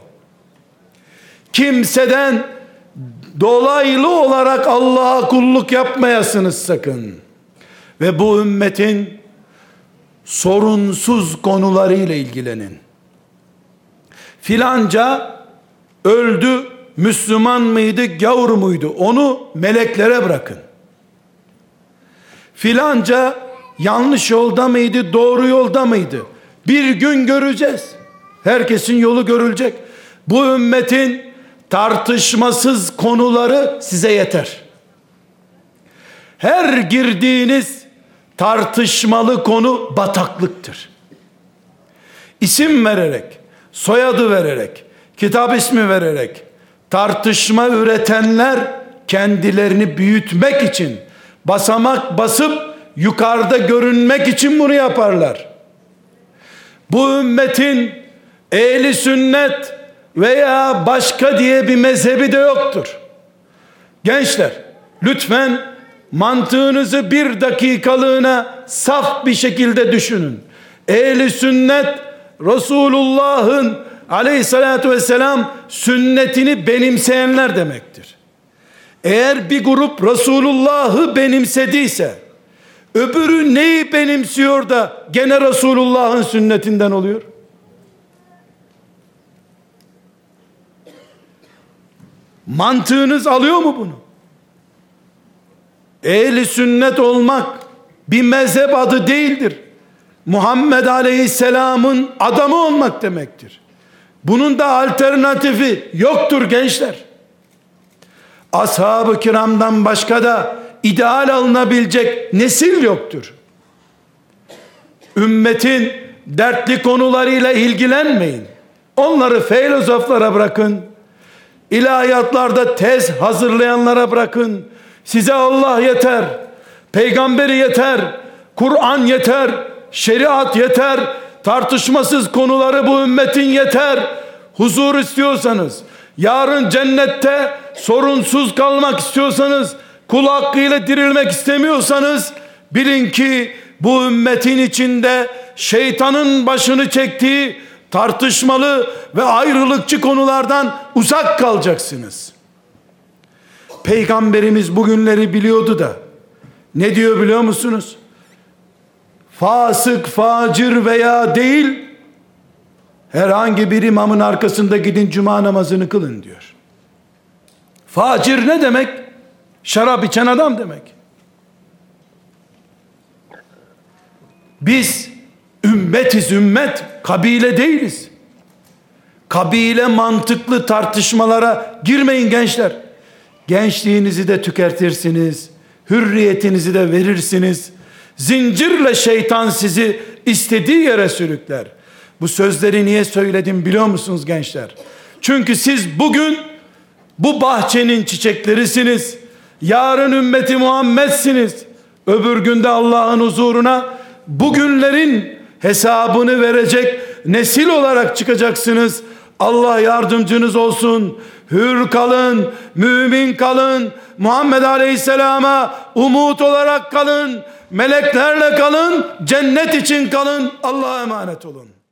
A: Kimseden dolaylı olarak Allah'a kulluk yapmayasınız sakın. Ve bu ümmetin sorunsuz konularıyla ilgilenin. Filanca öldü, Müslüman mıydı, gavur muydu? Onu meleklere bırakın. Filanca yanlış yolda mıydı, doğru yolda mıydı? Bir gün göreceğiz. Herkesin yolu görülecek. Bu ümmetin tartışmasız konuları size yeter. Her girdiğiniz tartışmalı konu bataklıktır. İsim vererek, soyadı vererek, kitap ismi vererek tartışma üretenler kendilerini büyütmek için, basamak basıp yukarıda görünmek için bunu yaparlar. Bu ümmetin ehli sünnet veya başka diye bir mezhebi de yoktur. Gençler, lütfen mantığınızı bir dakikalığına saf bir şekilde düşünün. Ehli sünnet, Resulullah'ın aleyhissalatü vesselam sünnetini benimseyenler demektir. Eğer bir grup Resulullah'ı benimsediyse, öbürü neyi benimsiyor da gene Resulullah'ın sünnetinden oluyor? Mantığınız alıyor mu bunu? Ehli sünnet olmak bir mezhep adı değildir. Muhammed Aleyhisselam'ın adamı olmak demektir. Bunun da alternatifi yoktur gençler. Ashab-ı kiramdan başka da ideal alınabilecek nesil yoktur. Ümmetin dertli konularıyla ilgilenmeyin. Onları filozoflara bırakın. İlahiyatlarda tez hazırlayanlara bırakın. Size Allah yeter. Peygamberi yeter, Kur'an yeter, şeriat yeter, tartışmasız konuları bu ümmetin yeter. Huzur istiyorsanız, yarın cennette sorunsuz kalmak istiyorsanız, kul hakkıyla dirilmek istemiyorsanız, bilin ki bu ümmetin içinde şeytanın başını çektiği tartışmalı ve ayrılıkçı konulardan uzak kalacaksınız. Peygamberimiz bugünleri biliyordu da ne diyor biliyor musunuz? Fasık, facir veya değil, herhangi bir imamın arkasında gidin cuma namazını kılın diyor. Facir ne demek? Şarap içen adam demek. Biz ümmetiz, ümmet, kabile değiliz. Kabile mantıklı tartışmalara girmeyin gençler. Gençliğinizi de tüketirsiniz, hürriyetinizi de verirsiniz. Zincirle şeytan sizi istediği yere sürükler. Bu sözleri niye söyledim biliyor musunuz gençler? Çünkü siz bugün bu bahçenin çiçeklerisiniz. Yarın ümmeti Muhammed'siniz. Öbür günde Allah'ın huzuruna bugünlerin hesabını verecek nesil olarak çıkacaksınız. Allah yardımcınız olsun. Hür kalın, mümin kalın, Muhammed Aleyhisselam'a umut olarak kalın, meleklerle kalın, cennet için kalın. Allah'a emanet olun.